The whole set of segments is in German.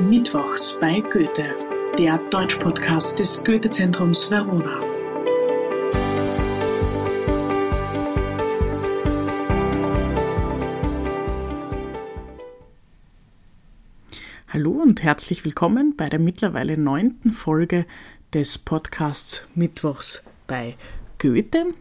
Mittwochs bei Goethe, der Deutsch-Podcast des Goethe-Zentrums Verona. Hallo und herzlich willkommen bei der mittlerweile 9. Folge des Podcasts Mittwochs bei Goethe.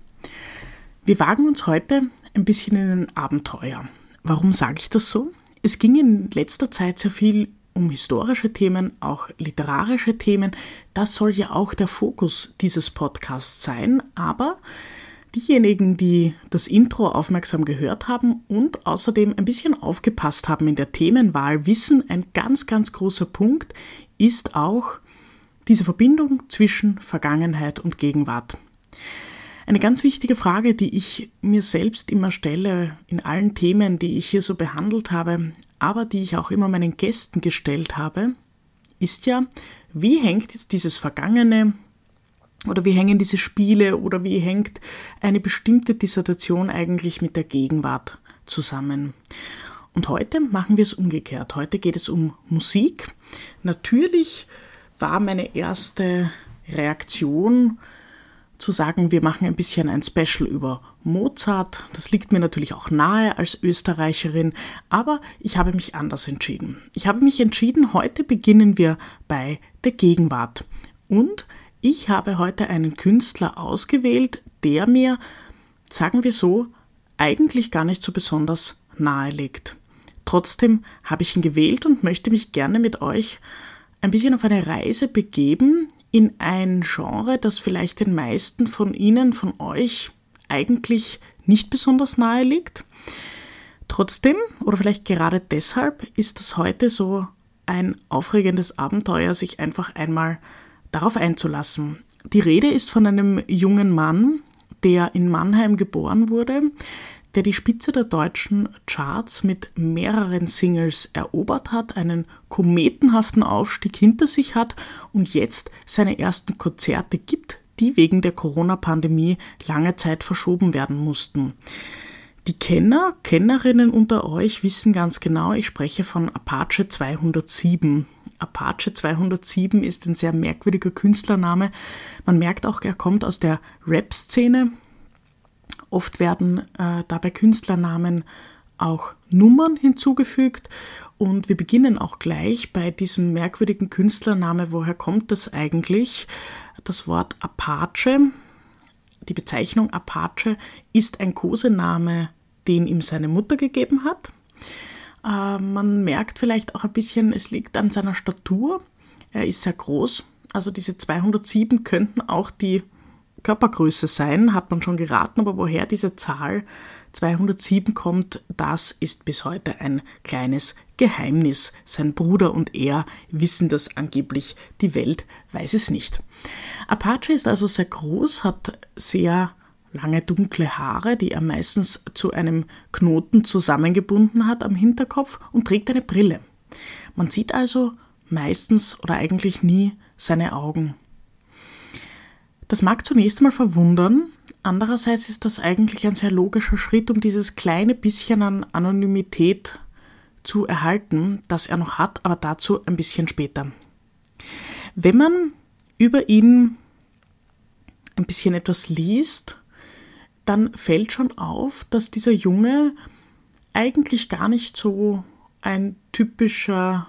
Wir wagen uns heute ein bisschen in ein Abenteuer. Warum sage ich das so? Es ging in letzter Zeit sehr viel um historische Themen, auch literarische Themen. Das soll ja auch der Fokus dieses Podcasts sein, aber diejenigen, die das Intro aufmerksam gehört haben und außerdem ein bisschen aufgepasst haben in der Themenwahl, wissen, ein ganz, ganz großer Punkt ist auch diese Verbindung zwischen Vergangenheit und Gegenwart. Eine ganz wichtige Frage, die ich mir selbst immer stelle in allen Themen, die ich hier so behandelt habe, aber die ich auch immer meinen Gästen gestellt habe, ist ja, wie hängt jetzt dieses Vergangene oder wie hängen diese Spiele oder wie hängt eine bestimmte Dissertation eigentlich mit der Gegenwart zusammen? Und heute machen wir es umgekehrt. Heute geht es um Musik. Natürlich war meine erste Reaktion zu sagen, wir machen ein bisschen ein Special über Mozart. Das liegt mir natürlich auch nahe als Österreicherin, aber ich habe mich anders entschieden. Ich habe mich entschieden, heute beginnen wir bei der Gegenwart. Und ich habe heute einen Künstler ausgewählt, der mir, sagen wir so, eigentlich gar nicht so besonders nahe liegt. Trotzdem habe ich ihn gewählt und möchte mich gerne mit euch ein bisschen auf eine Reise begeben in ein Genre, das vielleicht den meisten von Ihnen, von euch eigentlich nicht besonders nahe liegt. Trotzdem, oder vielleicht gerade deshalb, ist das heute so ein aufregendes Abenteuer, sich einfach einmal darauf einzulassen. Die Rede ist von einem jungen Mann, der in Mannheim geboren wurde, der die Spitze der deutschen Charts mit mehreren Singles erobert hat, einen kometenhaften Aufstieg hinter sich hat und jetzt seine ersten Konzerte gibt, die wegen der Corona-Pandemie lange Zeit verschoben werden mussten. Die Kennerinnen unter euch wissen ganz genau, ich spreche von Apache 207. Apache 207 ist ein sehr merkwürdiger Künstlername. Man merkt auch, er kommt aus der Rap-Szene. Oft werden dabei Künstlernamen auch Nummern hinzugefügt und wir beginnen auch gleich bei diesem merkwürdigen Künstlername. Woher kommt das eigentlich? Das Wort Apache, die Bezeichnung Apache, ist ein Kosename, den ihm seine Mutter gegeben hat. Man merkt vielleicht auch ein bisschen, es liegt an seiner Statur. Er ist sehr groß, also diese 207 könnten auch die Körpergröße sein, hat man schon geraten, aber woher diese Zahl 207 kommt, das ist bis heute ein kleines Geheimnis. Sein Bruder und er wissen das angeblich, die Welt weiß es nicht. Apache ist also sehr groß, hat sehr lange dunkle Haare, die er meistens zu einem Knoten zusammengebunden hat am Hinterkopf und trägt eine Brille. Man sieht also meistens oder eigentlich nie seine Augen. Das mag zunächst einmal verwundern, andererseits ist das eigentlich ein sehr logischer Schritt, um dieses kleine bisschen an Anonymität zu erhalten, das er noch hat, aber dazu ein bisschen später. Wenn man über ihn ein bisschen etwas liest, dann fällt schon auf, dass dieser Junge eigentlich gar nicht so einen typischen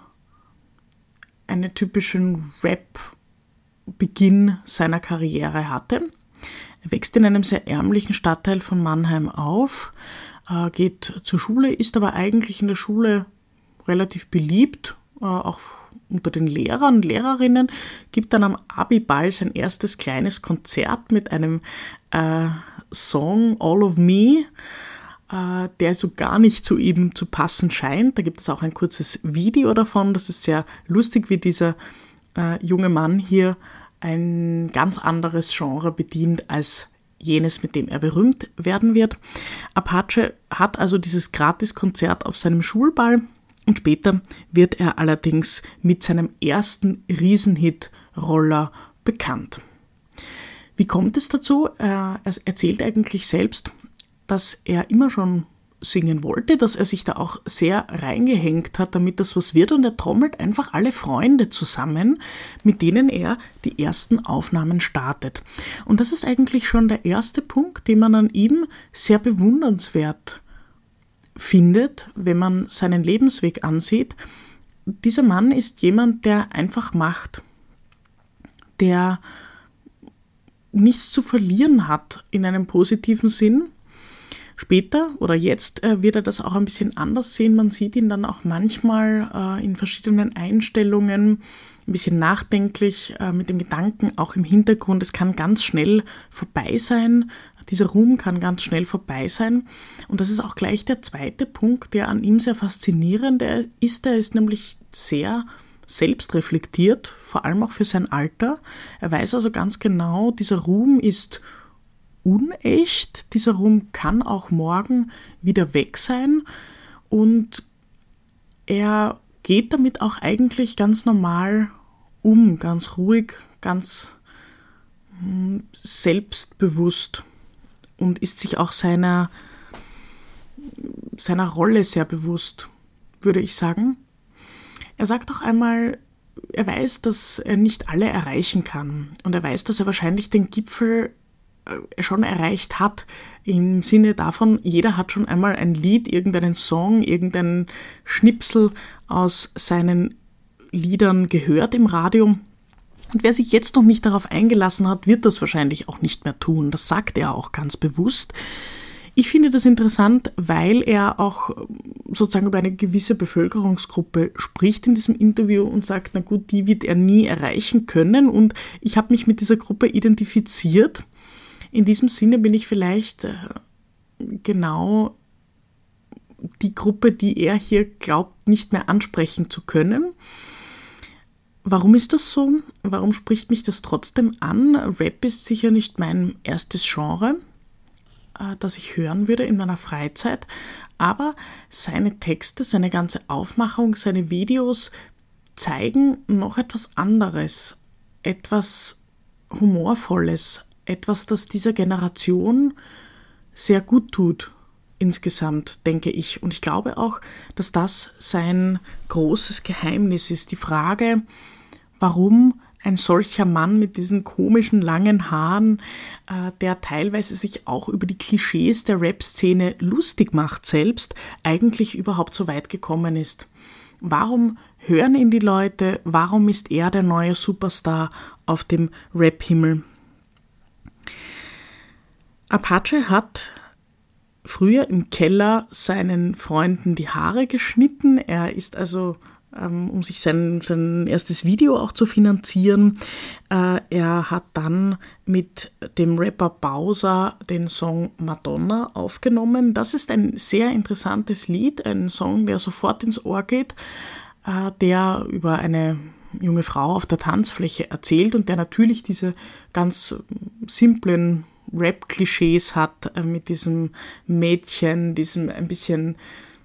Rap-Beginn seiner Karriere hatte. Er wächst in einem sehr ärmlichen Stadtteil von Mannheim auf, geht zur Schule, ist aber eigentlich in der Schule relativ beliebt, auch unter den Lehrern, Lehrerinnen, gibt dann am Abi-Ball sein erstes kleines Konzert mit einem Song All of Me, der so gar nicht zu ihm zu passen scheint. Da gibt es auch ein kurzes Video davon, das ist sehr lustig, wie dieser junge Mann hier ein ganz anderes Genre bedient als jenes, mit dem er berühmt werden wird. Apache hat also dieses Gratiskonzert auf seinem Schulball und später wird er allerdings mit seinem ersten Riesenhit Roller bekannt. Wie kommt es dazu? Er erzählt eigentlich selbst, dass er immer schon singen wollte, dass er sich da auch sehr reingehängt hat, damit das was wird, und er trommelt einfach alle Freunde zusammen, mit denen er die ersten Aufnahmen startet. Und das ist eigentlich schon der erste Punkt, den man an ihm sehr bewundernswert findet, wenn man seinen Lebensweg ansieht. Dieser Mann ist jemand, der einfach macht, der nichts zu verlieren hat in einem positiven Sinn. Später oder jetzt wird er das auch ein bisschen anders sehen. Man sieht ihn dann auch manchmal in verschiedenen Einstellungen, ein bisschen nachdenklich, mit dem Gedanken auch im Hintergrund, es kann ganz schnell vorbei sein. Dieser Ruhm kann ganz schnell vorbei sein. Und das ist auch gleich der zweite Punkt, der an ihm sehr faszinierend ist. Er ist nämlich sehr selbstreflektiert, vor allem auch für sein Alter. Er weiß also ganz genau, dieser Ruhm ist unecht, dieser Ruhm kann auch morgen wieder weg sein, und er geht damit auch eigentlich ganz normal um, ganz ruhig, ganz selbstbewusst, und ist sich auch seiner Rolle sehr bewusst, würde ich sagen. Er sagt auch einmal, er weiß, dass er nicht alle erreichen kann, und er weiß, dass er wahrscheinlich den Gipfel schon erreicht hat, im Sinne davon, jeder hat schon einmal ein Lied, irgendeinen Song, irgendeinen Schnipsel aus seinen Liedern gehört im Radio. Und wer sich jetzt noch nicht darauf eingelassen hat, wird das wahrscheinlich auch nicht mehr tun. Das sagt er auch ganz bewusst. Ich finde das interessant, weil er auch sozusagen über eine gewisse Bevölkerungsgruppe spricht in diesem Interview und sagt, na gut, die wird er nie erreichen können. Und ich habe mich mit dieser Gruppe identifiziert. In diesem Sinne bin ich vielleicht genau die Gruppe, die er hier glaubt, nicht mehr ansprechen zu können. Warum ist das so? Warum spricht mich das trotzdem an? Rap ist sicher nicht mein erstes Genre, das ich hören würde in meiner Freizeit, aber seine Texte, seine ganze Aufmachung, seine Videos zeigen noch etwas anderes, etwas Humorvolles, etwas, das dieser Generation sehr gut tut, insgesamt, denke ich. Und ich glaube auch, dass das sein großes Geheimnis ist. Die Frage, warum ein solcher Mann mit diesen komischen langen Haaren, der teilweise sich auch über die Klischees der Rap-Szene lustig macht selbst, eigentlich überhaupt so weit gekommen ist. Warum hören ihn die Leute? Warum ist er der neue Superstar auf dem Rap-Himmel? Apache hat früher im Keller seinen Freunden die Haare geschnitten. Er ist also, um sich sein erstes Video auch zu finanzieren, er hat dann mit dem Rapper Bowser den Song Madonna aufgenommen. Das ist ein sehr interessantes Lied, ein Song, der sofort ins Ohr geht, der über eine junge Frau auf der Tanzfläche erzählt und der natürlich diese ganz simplen Rap-Klischees hat, mit diesem Mädchen, diesem ein bisschen,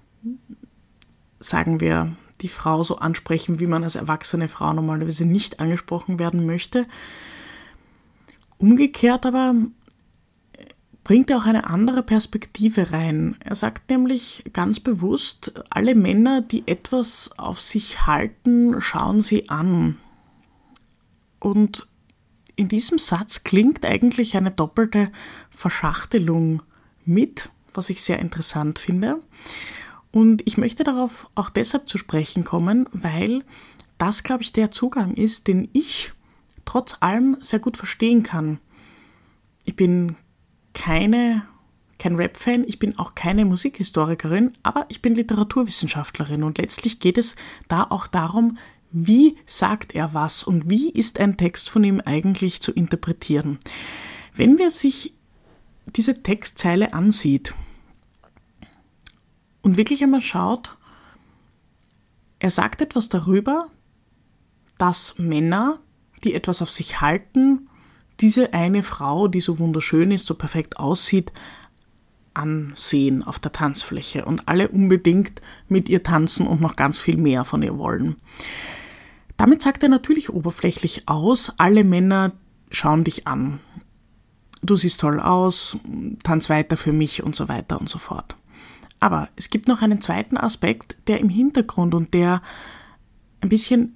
sagen wir, die Frau so ansprechen, wie man als erwachsene Frau normalerweise nicht angesprochen werden möchte. Umgekehrt aber bringt er auch eine andere Perspektive rein. Er sagt nämlich ganz bewusst, alle Männer, die etwas auf sich halten, schauen sie an. Und in diesem Satz klingt eigentlich eine doppelte Verschachtelung mit, was ich sehr interessant finde. Und ich möchte darauf auch deshalb zu sprechen kommen, weil das, glaube ich, der Zugang ist, den ich trotz allem sehr gut verstehen kann. Ich bin kein Rap-Fan, ich bin auch keine Musikhistorikerin, aber ich bin Literaturwissenschaftlerin und letztlich geht es da auch darum, wie sagt er was und wie ist ein Text von ihm eigentlich zu interpretieren. Wenn wir sich diese Textzeile ansieht und wirklich einmal schaut, er sagt etwas darüber, dass Männer, die etwas auf sich halten, diese eine Frau, die so wunderschön ist, so perfekt aussieht, ansehen auf der Tanzfläche und alle unbedingt mit ihr tanzen und noch ganz viel mehr von ihr wollen. Damit sagt er natürlich oberflächlich aus, alle Männer schauen dich an. Du siehst toll aus, tanz weiter für mich und so weiter und so fort. Aber es gibt noch einen zweiten Aspekt, der im Hintergrund und der ein bisschen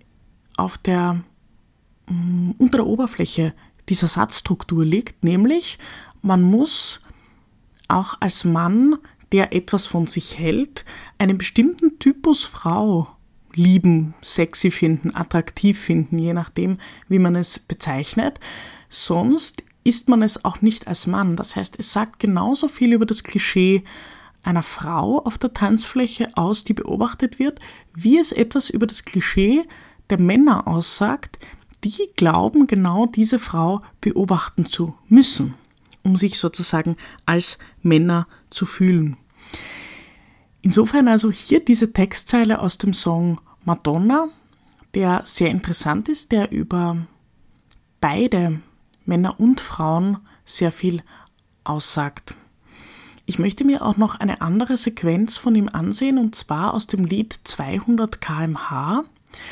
unter der Oberfläche dieser Satzstruktur liegt, nämlich man muss auch als Mann, der etwas von sich hält, einen bestimmten Typus Frau lieben, sexy finden, attraktiv finden, je nachdem, wie man es bezeichnet. Sonst ist man es auch nicht als Mann. Das heißt, es sagt genauso viel über das Klischee einer Frau auf der Tanzfläche aus, die beobachtet wird, wie es etwas über das Klischee der Männer aussagt, die glauben, genau diese Frau beobachten zu müssen, um sich sozusagen als Männer zu fühlen. Insofern also hier diese Textzeile aus dem Song Madonna, der sehr interessant ist, der über beide Männer und Frauen sehr viel aussagt. Ich möchte mir auch noch eine andere Sequenz von ihm ansehen, und zwar aus dem Lied 200 km/h.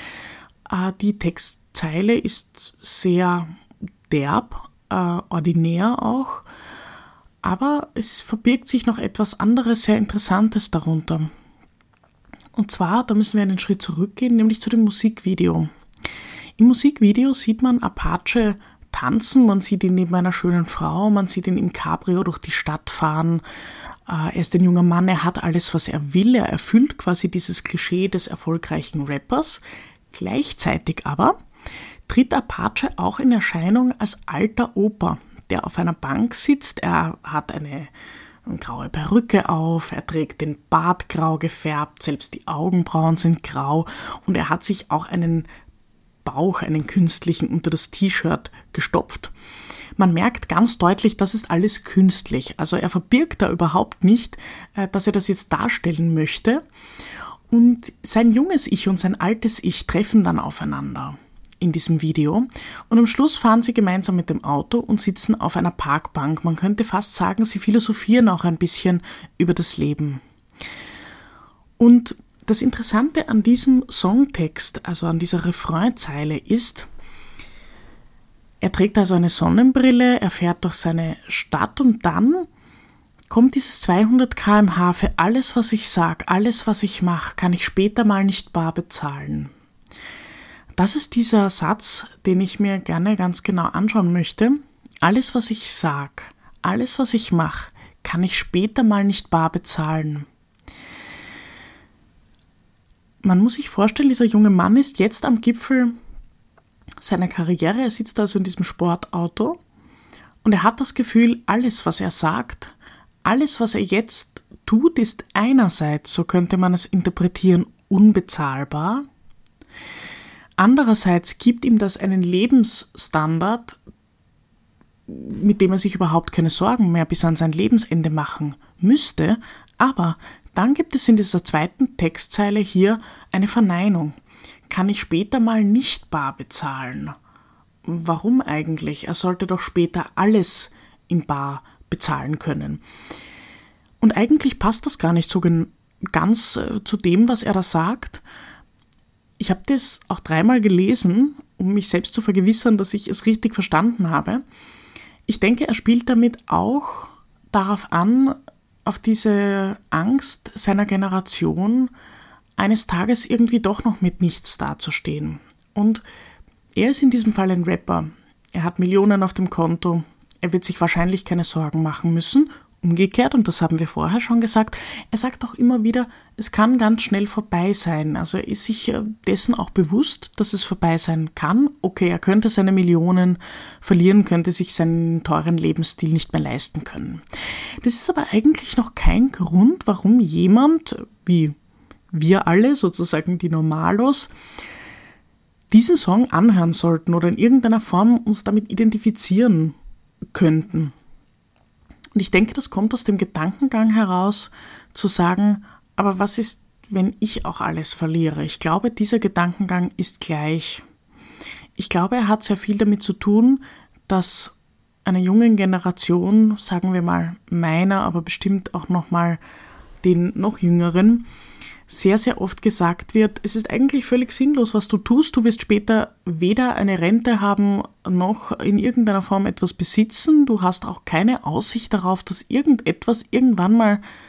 Die Textzeile ist sehr derb, ordinär auch, aber es verbirgt sich noch etwas anderes, sehr Interessantes darunter. Und zwar, da müssen wir einen Schritt zurückgehen, nämlich zu dem Musikvideo. Im Musikvideo sieht man Apache tanzen, man sieht ihn neben einer schönen Frau, man sieht ihn im Cabrio durch die Stadt fahren. Er ist ein junger Mann, er hat alles, was er will, er erfüllt quasi dieses Klischee des erfolgreichen Rappers. Gleichzeitig aber tritt Apache auch in Erscheinung als alter Opa, der auf einer Bank sitzt. Er hat eine graue Perücke auf, er trägt den Bart grau gefärbt, selbst die Augenbrauen sind grau und er hat sich auch einen Bauch, einen künstlichen, unter das T-Shirt gestopft. Man merkt ganz deutlich, das ist alles künstlich. Also er verbirgt da überhaupt nicht, dass er das jetzt darstellen möchte. Und sein junges Ich und sein altes Ich treffen dann aufeinander in diesem Video. Und am Schluss fahren sie gemeinsam mit dem Auto und sitzen auf einer Parkbank. Man könnte fast sagen, sie philosophieren auch ein bisschen über das Leben. Und das Interessante an diesem Songtext, also an dieser Refrainzeile ist, er trägt also eine Sonnenbrille, er fährt durch seine Stadt und dann kommt dieses 200 km/h für alles, was ich sage, alles, was ich mache, kann ich später mal nicht bar bezahlen. Das ist dieser Satz, den ich mir gerne ganz genau anschauen möchte. Alles, was ich sage, alles, was ich mache, kann ich später mal nicht bar bezahlen. Man muss sich vorstellen, dieser junge Mann ist jetzt am Gipfel seiner Karriere. Er sitzt also in diesem Sportauto und er hat das Gefühl, alles, was er sagt, alles, was er jetzt tut, ist einerseits, so könnte man es interpretieren, unbezahlbar. Andererseits gibt ihm das einen Lebensstandard, mit dem er sich überhaupt keine Sorgen mehr bis an sein Lebensende machen müsste. Aber dann gibt es in dieser zweiten Textzeile hier eine Verneinung. Kann ich später mal nicht bar bezahlen? Warum eigentlich? Er sollte doch später alles in bar bezahlen können. Und eigentlich passt das gar nicht so ganz zu dem, was er da sagt. Ich habe das auch 3-mal gelesen, um mich selbst zu vergewissern, dass ich es richtig verstanden habe. Ich denke, er spielt damit auch darauf an, auf diese Angst seiner Generation, eines Tages irgendwie doch noch mit nichts dazustehen. Und er ist in diesem Fall ein Rapper. Er hat Millionen auf dem Konto. Er wird sich wahrscheinlich keine Sorgen machen müssen. Umgekehrt, und das haben wir vorher schon gesagt, er sagt auch immer wieder, es kann ganz schnell vorbei sein. Also er ist sich dessen auch bewusst, dass es vorbei sein kann. Okay, er könnte seine Millionen verlieren, könnte sich seinen teuren Lebensstil nicht mehr leisten können. Das ist aber eigentlich noch kein Grund, warum jemand, wie wir alle, sozusagen die Normalos, diesen Song anhören sollten oder in irgendeiner Form uns damit identifizieren könnten. Und ich denke, das kommt aus dem Gedankengang heraus, zu sagen, aber was ist, wenn ich auch alles verliere? Ich glaube, dieser Gedankengang ist gleich. Ich glaube, er hat sehr viel damit zu tun, dass einer jungen Generation, sagen wir mal meiner, aber bestimmt auch nochmal den noch jüngeren, sehr, sehr oft gesagt wird, es ist eigentlich völlig sinnlos, was du tust. Du wirst später weder eine Rente haben, noch in irgendeiner Form etwas besitzen. Du hast auch keine Aussicht darauf, dass irgendetwas irgendwann mal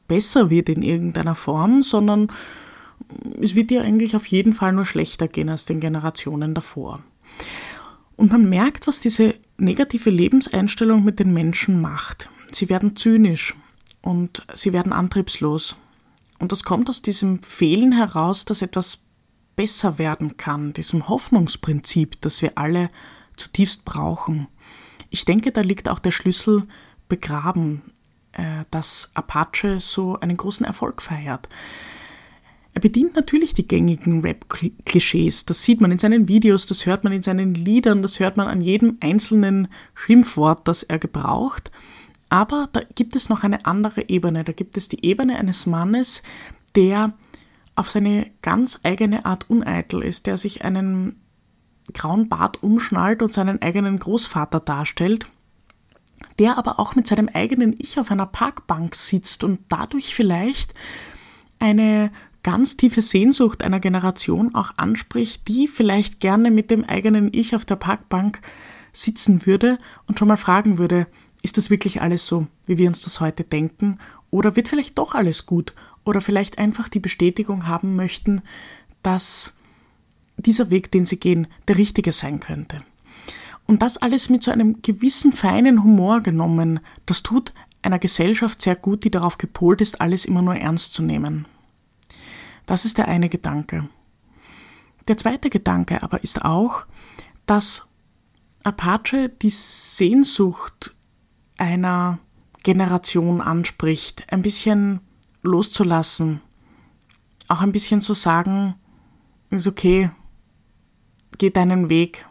besser wird in irgendeiner Form, sondern es wird ihr eigentlich auf jeden Fall nur schlechter gehen als den Generationen davor. Und man merkt, was diese negative Lebenseinstellung mit den Menschen macht. Sie werden zynisch und sie werden antriebslos. Und das kommt aus diesem Fehlen heraus, dass etwas besser werden kann, diesem Hoffnungsprinzip, das wir alle zutiefst brauchen. Ich denke, da liegt auch der Schlüssel begraben, dass Apache so einen großen Erfolg feiert. Er bedient natürlich die gängigen Rap-Klischees. Das sieht man in seinen Videos, das hört man in seinen Liedern, das hört man an jedem einzelnen Schimpfwort, das er gebraucht. Aber da gibt es noch eine andere Ebene. Da gibt es die Ebene eines Mannes, der auf seine ganz eigene Art uneitel ist, der sich einen grauen Bart umschnallt und seinen eigenen Großvater darstellt, der aber auch mit seinem eigenen Ich auf einer Parkbank sitzt und dadurch vielleicht eine ganz tiefe Sehnsucht einer Generation auch anspricht, die vielleicht gerne mit dem eigenen Ich auf der Parkbank sitzen würde und schon mal fragen würde, ist das wirklich alles so, wie wir uns das heute denken? Oder wird vielleicht doch alles gut? Oder vielleicht einfach die Bestätigung haben möchten, dass dieser Weg, den sie gehen, der richtige sein könnte. Und das alles mit so einem gewissen feinen Humor genommen, das tut einer Gesellschaft sehr gut, die darauf gepolt ist, alles immer nur ernst zu nehmen. Das ist der eine Gedanke. Der zweite Gedanke aber ist auch, dass Apache die Sehnsucht einer Generation anspricht, ein bisschen loszulassen, auch ein bisschen zu sagen, ist okay, geh deinen Weg.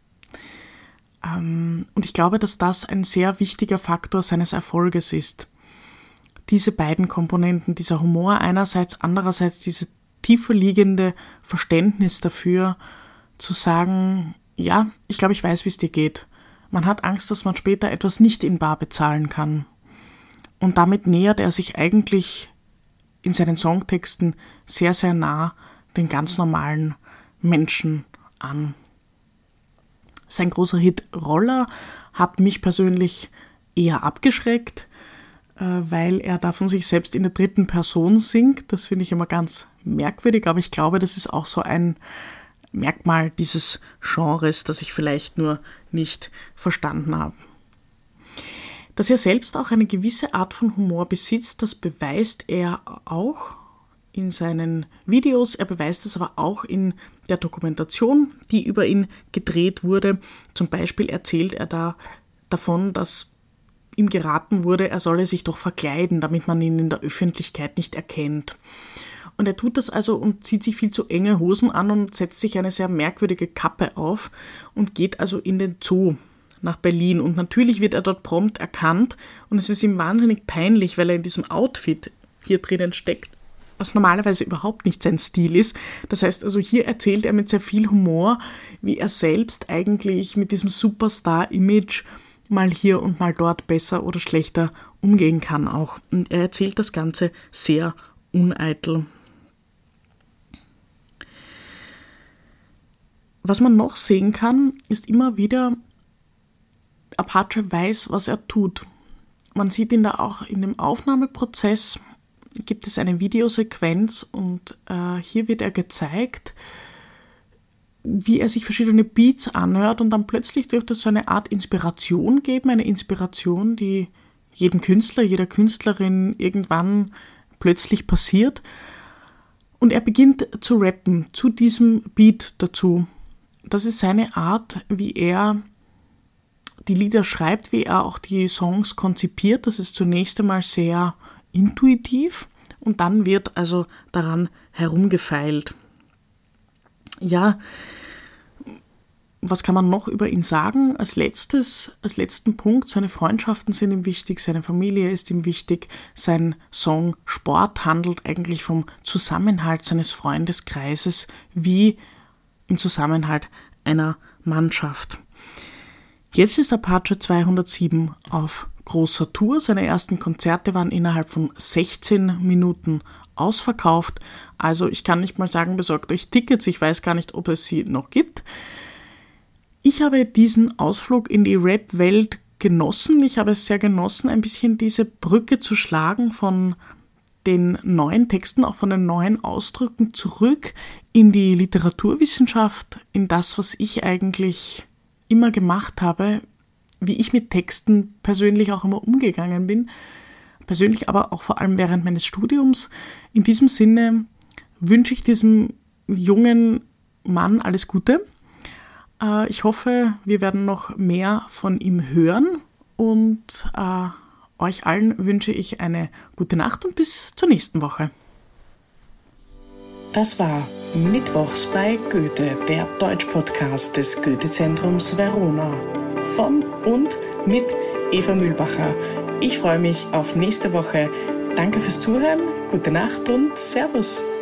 Und ich glaube, dass das ein sehr wichtiger Faktor seines Erfolges ist. Diese beiden Komponenten, dieser Humor einerseits, andererseits dieses tiefer liegende Verständnis dafür, zu sagen, ja, ich glaube, ich weiß, wie es dir geht. Man hat Angst, dass man später etwas nicht in bar bezahlen kann. Und damit nähert er sich eigentlich in seinen Songtexten sehr, sehr nah den ganz normalen Menschen an. Sein großer Hit Roller hat mich persönlich eher abgeschreckt, weil er da von sich selbst in der dritten Person singt. Das finde ich immer ganz merkwürdig, aber ich glaube, das ist auch so ein Merkmal dieses Genres, das ich vielleicht nur nicht verstanden habe. Dass er selbst auch eine gewisse Art von Humor besitzt, das beweist er auch in seinen Videos. Er beweist es aber auch in der Dokumentation, die über ihn gedreht wurde. Zum Beispiel erzählt er da davon, dass ihm geraten wurde, er solle sich doch verkleiden, damit man ihn in der Öffentlichkeit nicht erkennt. Und er tut das also und zieht sich viel zu enge Hosen an und setzt sich eine sehr merkwürdige Kappe auf und geht also in den Zoo nach Berlin. Und natürlich wird er dort prompt erkannt und es ist ihm wahnsinnig peinlich, weil er in diesem Outfit hier drinnen steckt, was normalerweise überhaupt nicht sein Stil ist. Das heißt also, hier erzählt er mit sehr viel Humor, wie er selbst eigentlich mit diesem Superstar-Image mal hier und mal dort besser oder schlechter umgehen kann auch. Und er erzählt das Ganze sehr uneitel. Was man noch sehen kann, ist immer wieder, Apache weiß, was er tut. Man sieht ihn da auch in dem Aufnahmeprozess, gibt es eine Videosequenz und hier wird er gezeigt, wie er sich verschiedene Beats anhört und dann plötzlich dürfte es so eine Art Inspiration geben, eine Inspiration, die jedem Künstler, jeder Künstlerin irgendwann plötzlich passiert. Und er beginnt zu rappen zu diesem Beat dazu. Das ist seine Art, wie er die Lieder schreibt, wie er auch die Songs konzipiert. Das ist zunächst einmal sehr intuitiv und dann wird also daran herumgefeilt. Ja, was kann man noch über ihn sagen? Als letzten Punkt, seine Freundschaften sind ihm wichtig, seine Familie ist ihm wichtig, sein Song Sport handelt eigentlich vom Zusammenhalt seines Freundeskreises wie im Zusammenhalt einer Mannschaft. Jetzt ist Apache 207 auf großer Tour. Seine ersten Konzerte waren innerhalb von 16 Minuten ausverkauft. Also ich kann nicht mal sagen, besorgt euch Tickets. Ich weiß gar nicht, ob es sie noch gibt. Ich habe diesen Ausflug in die Rap-Welt genossen. Ich habe es sehr genossen, ein bisschen diese Brücke zu schlagen von den neuen Texten, auch von den neuen Ausdrücken zurück in die Literaturwissenschaft, in das, was ich eigentlich immer gemacht habe, wie ich mit Texten persönlich auch immer umgegangen bin, persönlich, aber auch vor allem während meines Studiums. In diesem Sinne wünsche ich diesem jungen Mann alles Gute. Ich hoffe, wir werden noch mehr von ihm hören und euch allen wünsche ich eine gute Nacht und bis zur nächsten Woche. Das war Mittwochs bei Goethe, der Deutsch-Podcast des Goethe-Zentrums Verona. Von und mit Eva Mühlbacher. Ich freue mich auf nächste Woche. Danke fürs Zuhören, gute Nacht und Servus.